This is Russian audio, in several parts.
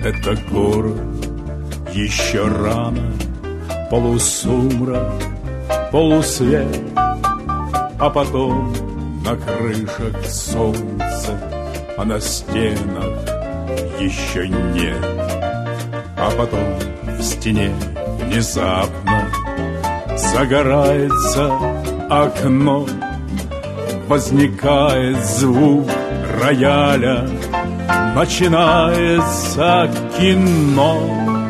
это город. Еще рано, полусумрак, полусвет, а потом на крышах солнце, а на стенах еще нет. А потом в стене внезапно загорается окно, возникает звук рояля, начинается кино.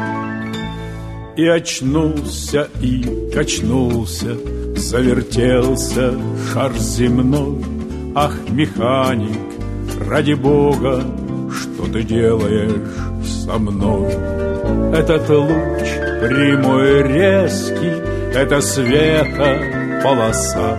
И очнулся, и качнулся, завертелся шар земной. Ах, механик, ради Бога, что ты делаешь со мной? Этот луч прямой резкий, это света полоса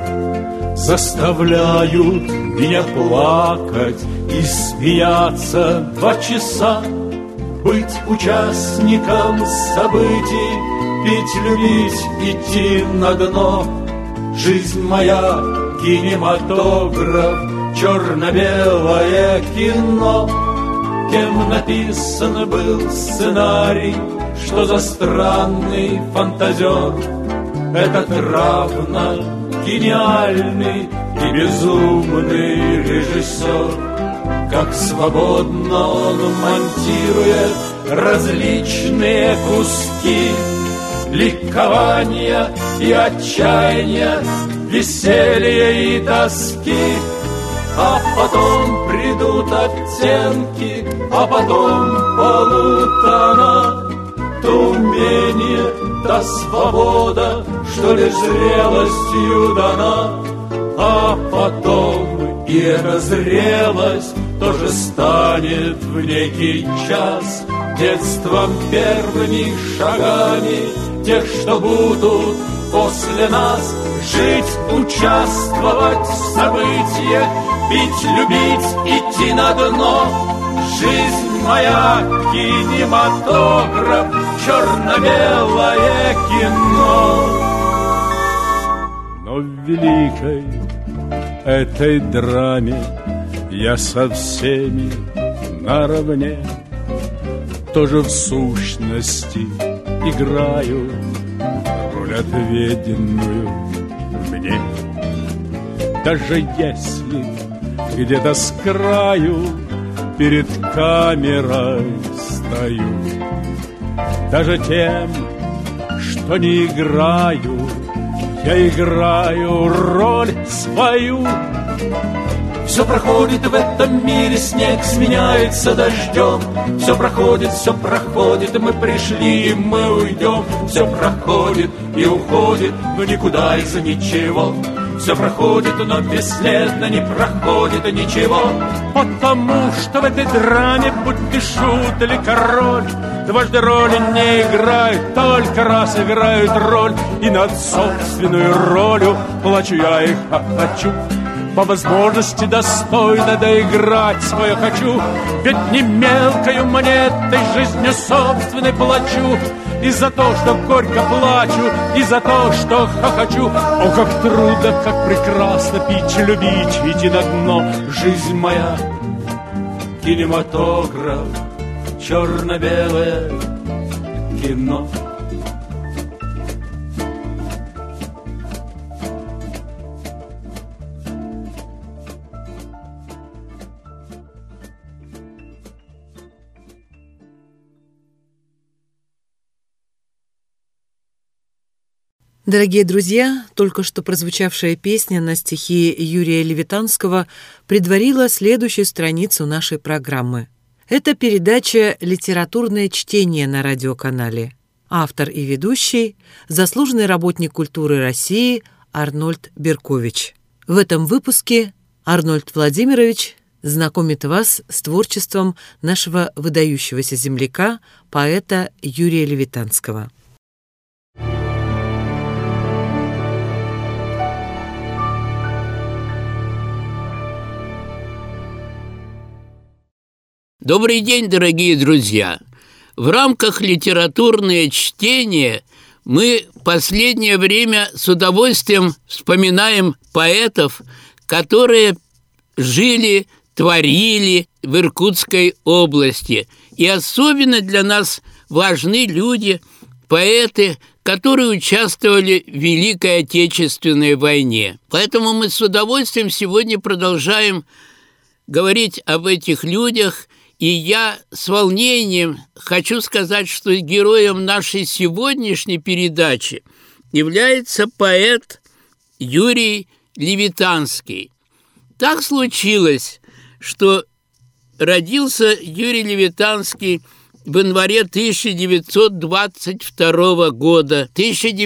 заставляют меня плакать и смеяться 2 часа. Быть участником событий, пить, любить, идти на дно. Жизнь моя — кинематограф, черно-белое кино. Кем написан был сценарий, что за странный фантазер? Этот равно гениальный и безумный режиссер. Как свободно он монтирует различные куски ликования и отчаяния, веселья и тоски. А потом придут оттенки, а потом полутона. То умение, та свобода, что лишь зрелостью дана. А потом и эта зрелость тоже станет в некий час детством первыми шагами тех, что будут после нас. Жить, участвовать в событиях, пить, любить, идти на дно. Жизнь моя — кинематограф, черно-белое кино. Но в великой этой драме я со всеми наравне, тоже в сущности играю роль отведенную мне. Даже если где-то с краю перед камерой стою, даже тем, что не играю, я играю роль свою. Все проходит в этом мире, снег сменяется дождем. Все проходит, мы пришли и мы уйдем. Все проходит и уходит, но никуда из ничего. Все проходит, но бесследно не проходит ничего. Потому что в этой драме, будь ты шут или король, дважды роли не играют, только раз играют роль. И над собственной ролью плачу я и хохочу. По возможности достойно доиграть свое хочу. Ведь не мелкою монетой жизнью собственной плачу. И за то, что горько плачу, и за то, что хохочу. О, как трудно, как прекрасно пить, любить, идти на дно. Жизнь моя — кинематограф, черно-белое кино. Дорогие друзья, только что прозвучавшая песня на стихи Юрия Левитанского предварила следующую страницу нашей программы. Это передача «Литературное чтение» на радиоканале. Автор и ведущий – заслуженный работник культуры России Арнольд Беркович. В этом выпуске Арнольд Владимирович знакомит вас с творчеством нашего выдающегося земляка, поэта Юрия Левитанского. Добрый день, дорогие друзья! В рамках «Литературное чтение» мы в последнее время с удовольствием вспоминаем поэтов, которые жили, творили в Иркутской области. И особенно для нас важны люди, поэты, которые участвовали в Великой Отечественной войне. Поэтому мы с удовольствием сегодня продолжаем говорить об этих людях. И я с волнением хочу сказать, что героем нашей сегодняшней передачи является поэт Юрий Левитанский. Так случилось, что родился Юрий Левитанский в январе 1922 года. В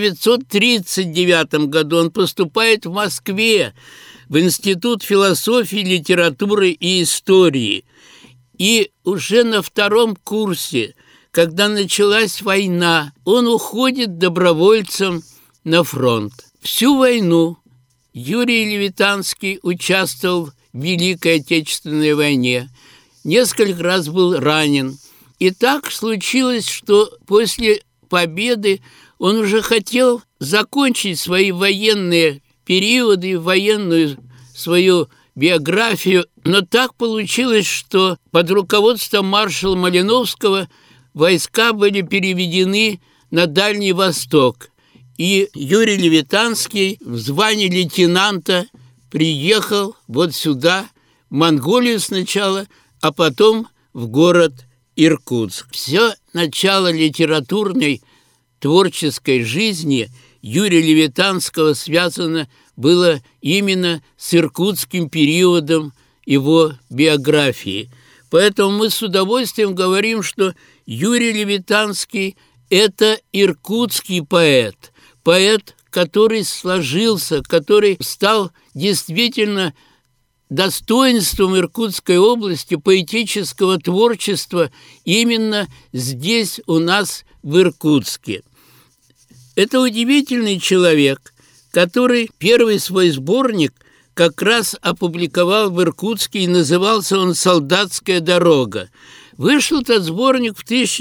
1939 году он поступает в Москве в Институт философии, литературы и истории. И уже на втором курсе, когда началась война, он уходит добровольцем на фронт. Всю войну Юрий Левитанский участвовал в Великой Отечественной войне, несколько раз был ранен. И так случилось, что после победы он уже хотел закончить свои военные периоды, военную свою биографию, но так получилось, что под руководством маршала Малиновского войска были переведены на Дальний Восток. И Юрий Левитанский в звании лейтенанта приехал вот сюда, в Монголию сначала, а потом в город Иркутск. Все начало литературной творческой жизни Юрия Левитанского связано было именно с иркутским периодом его биографии. Поэтому мы с удовольствием говорим, что Юрий Левитанский – это иркутский поэт, поэт, который сложился, который стал действительно достоинством Иркутской области, поэтического творчества именно здесь у нас в Иркутске. Это удивительный человек, который первый свой сборник как раз опубликовал в Иркутске, и назывался он «Солдатская дорога». Вышел этот сборник в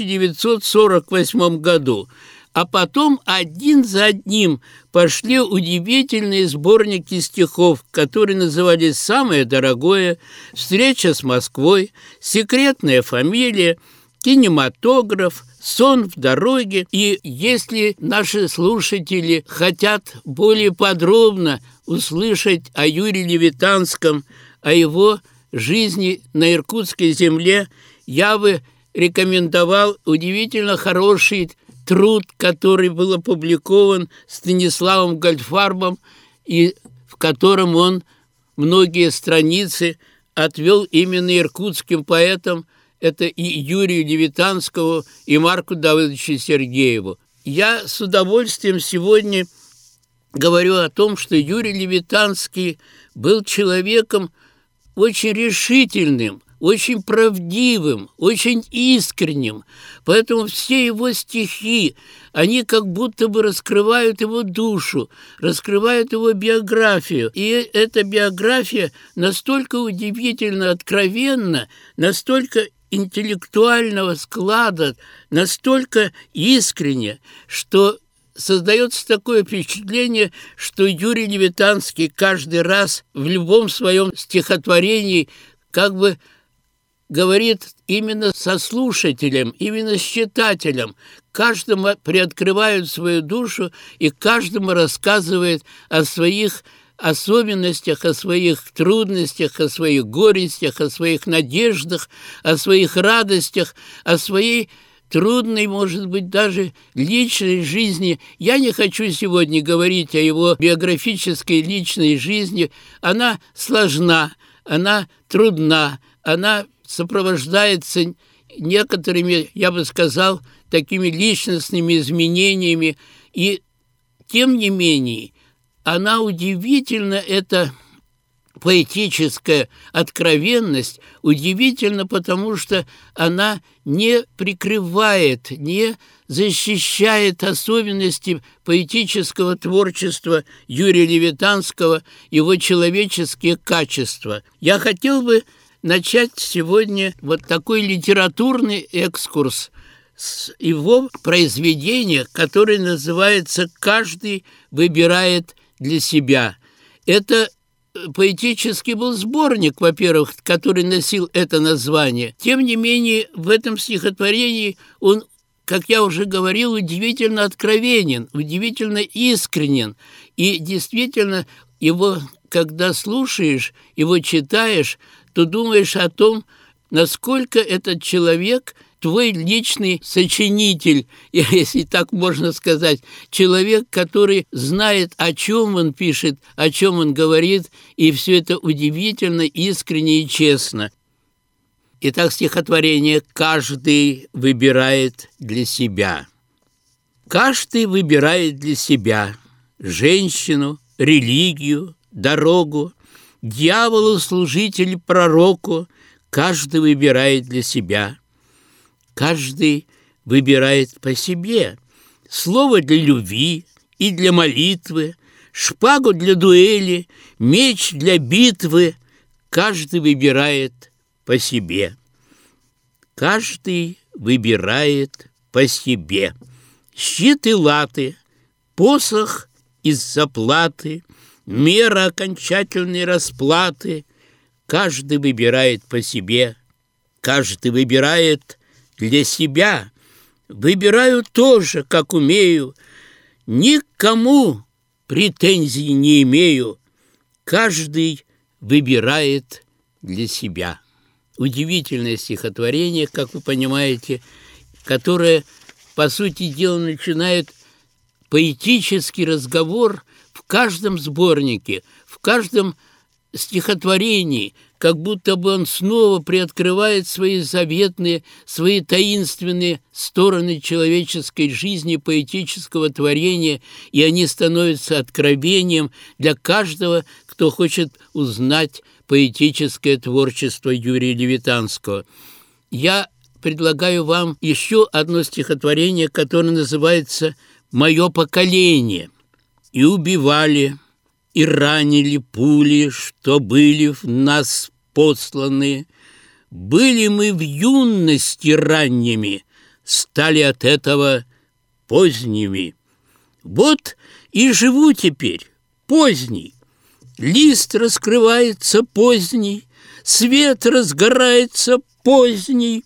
1948 году, а потом один за одним пошли удивительные сборники стихов, которые назывались «Самое дорогое», «Встреча с Москвой», «Секретная фамилия», «Кинематограф», «Сон в дороге». И если наши слушатели хотят более подробно услышать о Юрии Левитанском, о его жизни на иркутской земле, я бы рекомендовал удивительно хороший труд, который был опубликован Станиславом Гольдфарбом, и в котором он многие страницы отвел именно иркутским поэтам, это и Юрию Левитанскому, и Марку Давыдовичу Сергееву. Я с удовольствием сегодня говорю о том, что Юрий Левитанский был человеком очень решительным, очень правдивым, очень искренним. Поэтому все его стихи, они как будто бы раскрывают его душу, раскрывают его биографию. И эта биография настолько удивительно откровенна, настолько интеллектуального склада, настолько искренне, что создается такое впечатление, что Юрий Левитанский каждый раз в любом своем стихотворении как бы говорит именно со слушателем, именно с читателем. Каждому приоткрывает свою душу и каждому рассказывает о своих особенностях, о своих трудностях, о своих горестях, о своих надеждах, о своих радостях, о своей трудной, может быть, даже личной жизни. Я не хочу сегодня говорить о его биографической личной жизни. Она сложна, она трудна, она сопровождается некоторыми, я бы сказал, такими личностными изменениями. И тем не менее, она удивительна, эта поэтическая откровенность, удивительна, потому что она не прикрывает, не защищает особенности поэтического творчества Юрия Левитанского, его человеческие качества. Я хотел бы начать сегодня вот такой литературный экскурс с его произведения, которое называется «Каждый выбирает для себя». Это поэтический был сборник, во-первых, который носил это название. Тем не менее, в этом стихотворении он, как я уже говорил, удивительно откровенен, удивительно искренен. И действительно, его, когда слушаешь, его читаешь, то думаешь о том, насколько этот человек твой личный сочинитель, если так можно сказать, человек, который знает, о чем он пишет, о чем он говорит, и все это удивительно, искренне и честно. Итак, стихотворение «Каждый выбирает для себя». Каждый выбирает для себя женщину, религию, дорогу, дьяволу служить или пророку. Каждый выбирает для себя. Каждый выбирает по себе. Слово для любви и для молитвы, шпагу для дуэли, меч для битвы. Каждый выбирает по себе. Каждый выбирает по себе. Щит и латы, посох из заплаты, мера окончательной расплаты. Каждый выбирает по себе. Каждый выбирает для себя. Выбираю тоже, как умею. Никому претензий не имею. Каждый выбирает для себя. Удивительное стихотворение, как вы понимаете, которое, по сути дела, начинает поэтический разговор в каждом сборнике, в каждом стихотворении, как будто бы он снова приоткрывает свои заветные, свои таинственные стороны человеческой жизни, поэтического творения, и они становятся откровением для каждого, кто хочет узнать поэтическое творчество Юрия Левитанского. Я предлагаю вам еще одно стихотворение, которое называется «Мое поколение». «И убивали, и ранили пули, что были в нас посланы. Были мы в юности ранними, стали от этого поздними. Вот и живу теперь, поздний. Лист раскрывается поздний, свет разгорается поздний,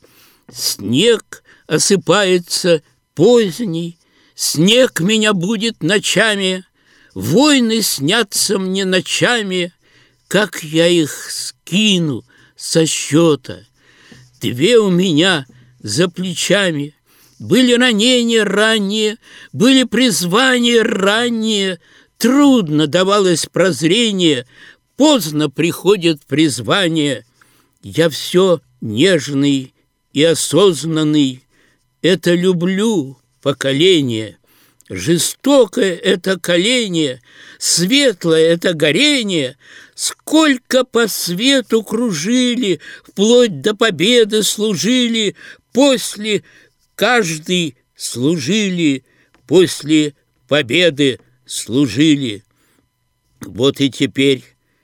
снег осыпается поздний, снег меня будет ночами, войны снятся мне ночами, как я их скину со счета. Две у меня за плечами, были ранения ранние, были призвания ранние, трудно давалось прозрение, поздно приходит призвание. Я все нежный и осознанный, это люблю поколение. Жестокое это коление, светлое это горение, сколько по свету кружили, вплоть до победы служили, после каждый служили, после победы служили. Вот и теперь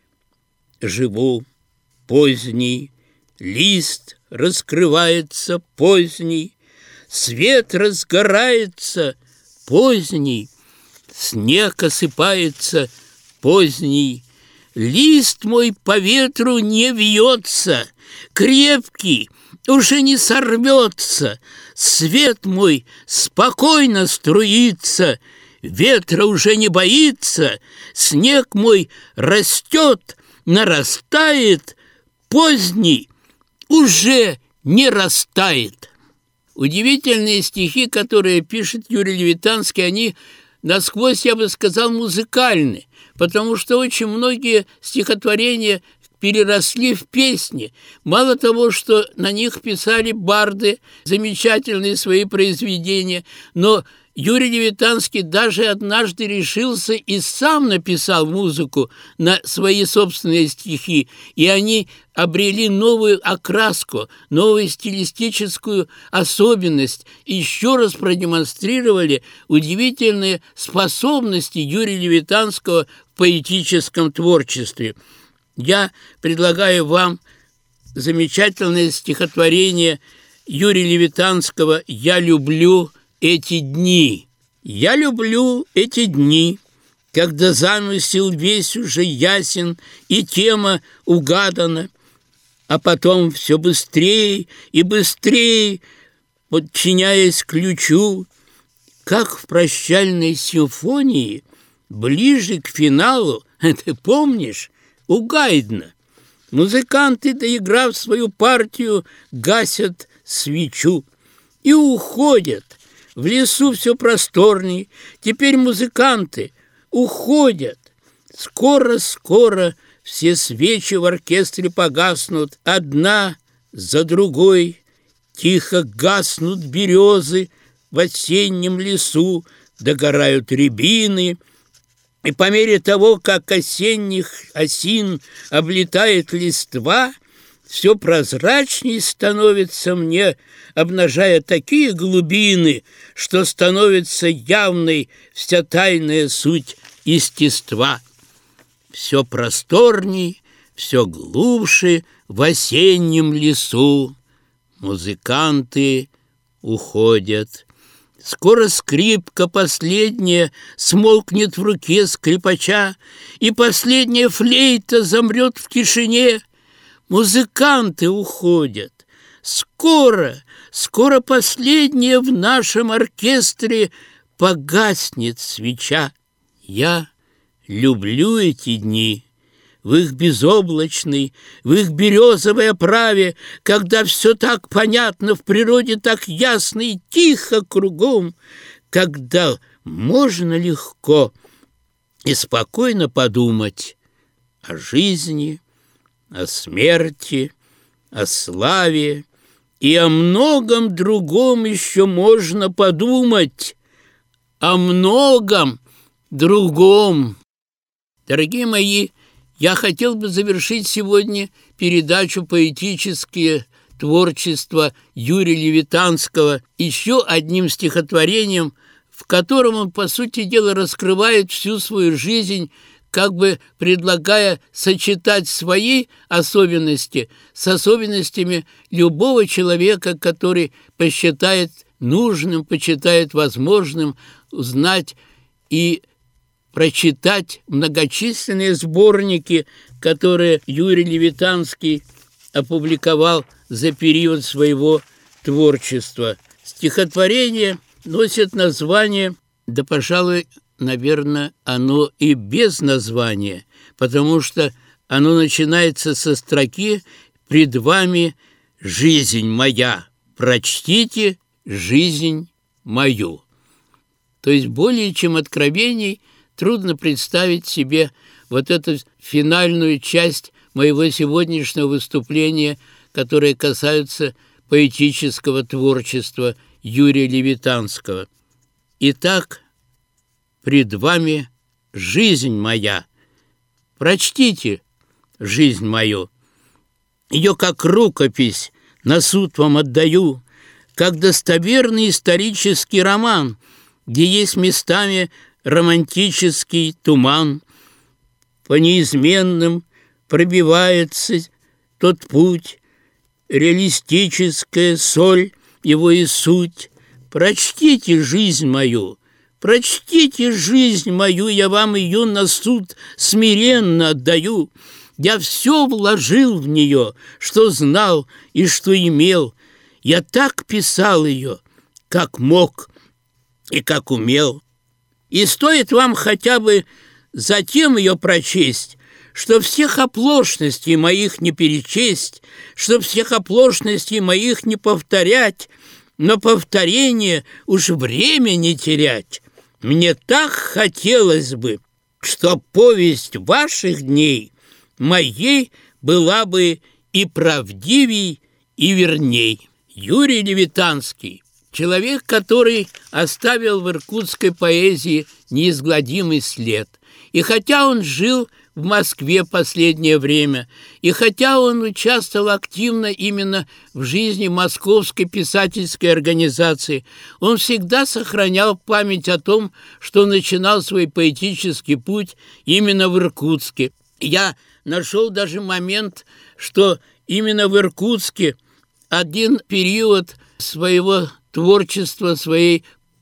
живу поздний, лист раскрывается поздний, свет разгорается поздний, снег осыпается поздний, лист мой по ветру не вьется, крепкий уже не сорвется, свет мой спокойно струится, ветра уже не боится, снег мой растет, нарастает, поздний уже не растает. Удивительные стихи, которые пишет Юрий Левитанский, они насквозь, я бы сказал, музыкальны, потому что очень многие стихотворения переросли в песни. Мало того, что на них писали барды, замечательные свои произведения, но Юрий Левитанский даже однажды решился и сам написал музыку на свои собственные стихи, и они обрели новую окраску, новую стилистическую особенность, и еще раз продемонстрировали удивительные способности Юрия Левитанского в поэтическом творчестве. Я предлагаю вам замечательное стихотворение Юрия Левитанского «Я люблю эти дни». Я люблю эти дни, когда замысел весь уже ясен и тема угадана, а потом все быстрее и быстрее, подчиняясь ключу, как в прощальной симфонии, ближе к финалу, ты помнишь, у Гайдна, музыканты, доиграв свою партию, гасят свечу и уходят. В лесу все просторней, теперь музыканты уходят. Скоро-скоро все свечи в оркестре погаснут, одна за другой. Тихо гаснут березы в осеннем лесу, догорают рябины. И по мере того, как осенних осин облетает листва, все прозрачней становится мне, обнажая такие глубины, что становится явной вся тайная суть естества. Все просторней, все глубже в осеннем лесу. Музыканты уходят. Скоро скрипка последняя смолкнет в руке скрипача, и последняя флейта замрет в тишине. Музыканты уходят. Скоро последняя в нашем оркестре погаснет свеча. Я люблю эти дни, в их безоблачной, в их березовой оправе, когда все так понятно, в природе так ясно и тихо кругом, когда можно легко и спокойно подумать о жизни, о смерти, о славе, и о многом другом еще можно подумать, о многом другом. Дорогие мои, я хотел бы завершить сегодня передачу «Поэтическое творчество» Юрия Левитанского еще одним стихотворением, в котором он, по сути дела, раскрывает всю свою жизнь, как бы предлагая сочетать свои особенности с особенностями любого человека, который посчитает нужным, почитает возможным узнать и прочитать многочисленные сборники, которые Юрий Левитанский опубликовал за период своего творчества. Стихотворение носит название, да, пожалуй, наверное, оно и без названия, потому что оно начинается со строки «Пред вами жизнь моя, прочтите жизнь мою». То есть более чем откровений трудно представить себе вот эту финальную часть моего сегодняшнего выступления, которая касается поэтического творчества Юрия Левитанского. Итак, пред вами жизнь моя. Прочтите жизнь мою. Ее как рукопись на суд вам отдаю, как достоверный исторический роман, где есть местами романтический туман. По неизменным пробивается тот путь, реалистическая соль его и суть. Прочтите жизнь мою, прочтите жизнь мою, я вам ее на суд смиренно отдаю. Я все вложил в нее, что знал и что имел. Я так писал ее, как мог и как умел. И стоит вам хотя бы затем ее прочесть, что всех оплошностей моих не перечесть, что всех оплошностей моих не повторять, но повторение уж время не терять. Мне так хотелось бы, чтоб повесть ваших дней моей была бы и правдивей, и верней. Юрий Левитанский, человек, который оставил в иркутской поэзии неизгладимый след. И хотя он жил в Москве последнее время, и хотя он участвовал активно именно в жизни Московской писательской организации, он всегда сохранял память о том, что начинал свой поэтический путь именно в Иркутске. Я нашел даже момент, что именно в Иркутске один период своего творчества, своей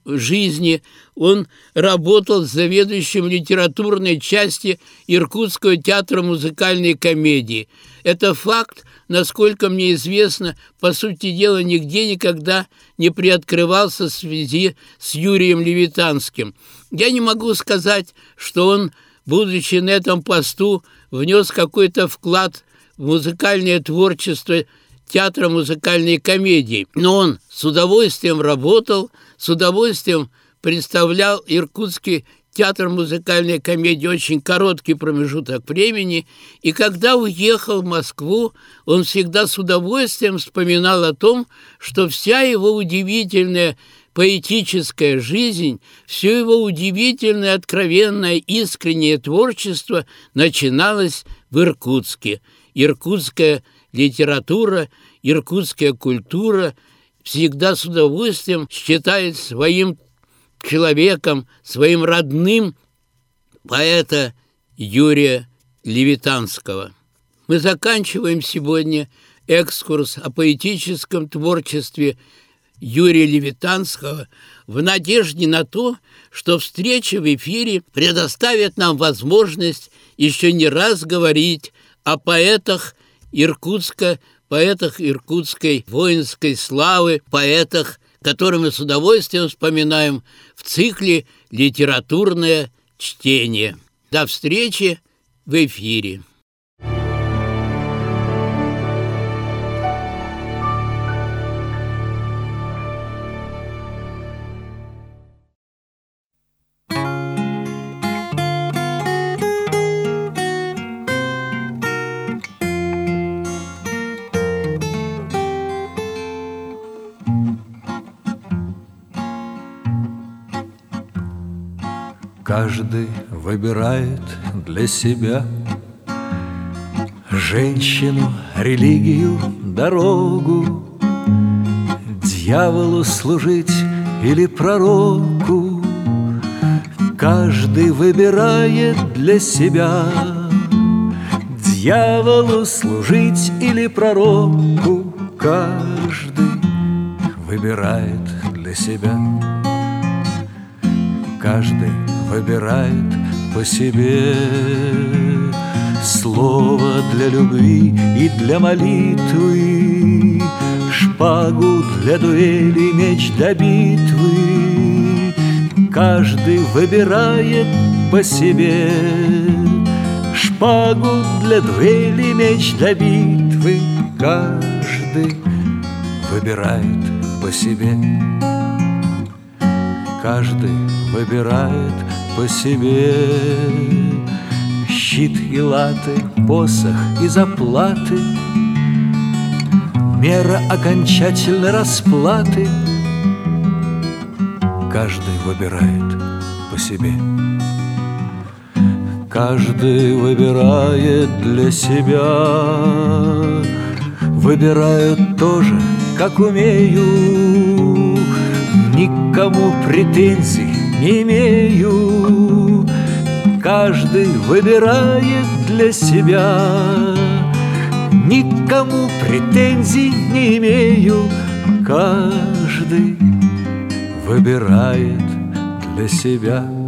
жизни он работал заведующим литературной части Иркутского театра музыкальной комедии. Это факт, насколько мне известно, по сути дела, нигде никогда не приоткрывался в связи с Юрием Левитанским. Я не могу сказать, что он, будучи на этом посту, внес какой-то вклад в музыкальное творчество театра музыкальной комедии. Но он с удовольствием работал, с удовольствием представлял Иркутский театр музыкальной комедии очень короткий промежуток времени, и когда уехал в Москву, он всегда с удовольствием вспоминал о том, что вся его удивительная поэтическая жизнь, все его удивительное, откровенное, искреннее творчество начиналось в Иркутске. Иркутская литература, иркутская культура всегда с удовольствием считает своим человеком, своим родным поэта Юрия Левитанского. Мы заканчиваем сегодня экскурс о поэтическом творчестве Юрия Левитанского в надежде на то, что встреча в эфире предоставит нам возможность еще не раз говорить о поэтах Иркутска, поэтах иркутской воинской славы, поэтах, которые мы с удовольствием вспоминаем в цикле «Литературное чтение». До встречи в эфире. Каждый выбирает для себя женщину, религию, дорогу, дьяволу служить или пророку. Каждый выбирает для себя дьяволу служить или пророку. Каждый выбирает для себя. Каждый выбирает по себе слово для любви и для молитвы, шпагу для дуэли, меч для битвы. Каждый выбирает по себе шпагу для дуэли, меч для битвы. Каждый выбирает по себе. Каждый выбирает по себе щит и латы, посох и заплаты, мера окончательной расплаты. Каждый выбирает по себе. Каждый выбирает для себя. Выбирают тоже, как умею, никому претензий не имею. Каждый выбирает для себя. Никому претензий не имею. Каждый выбирает для себя.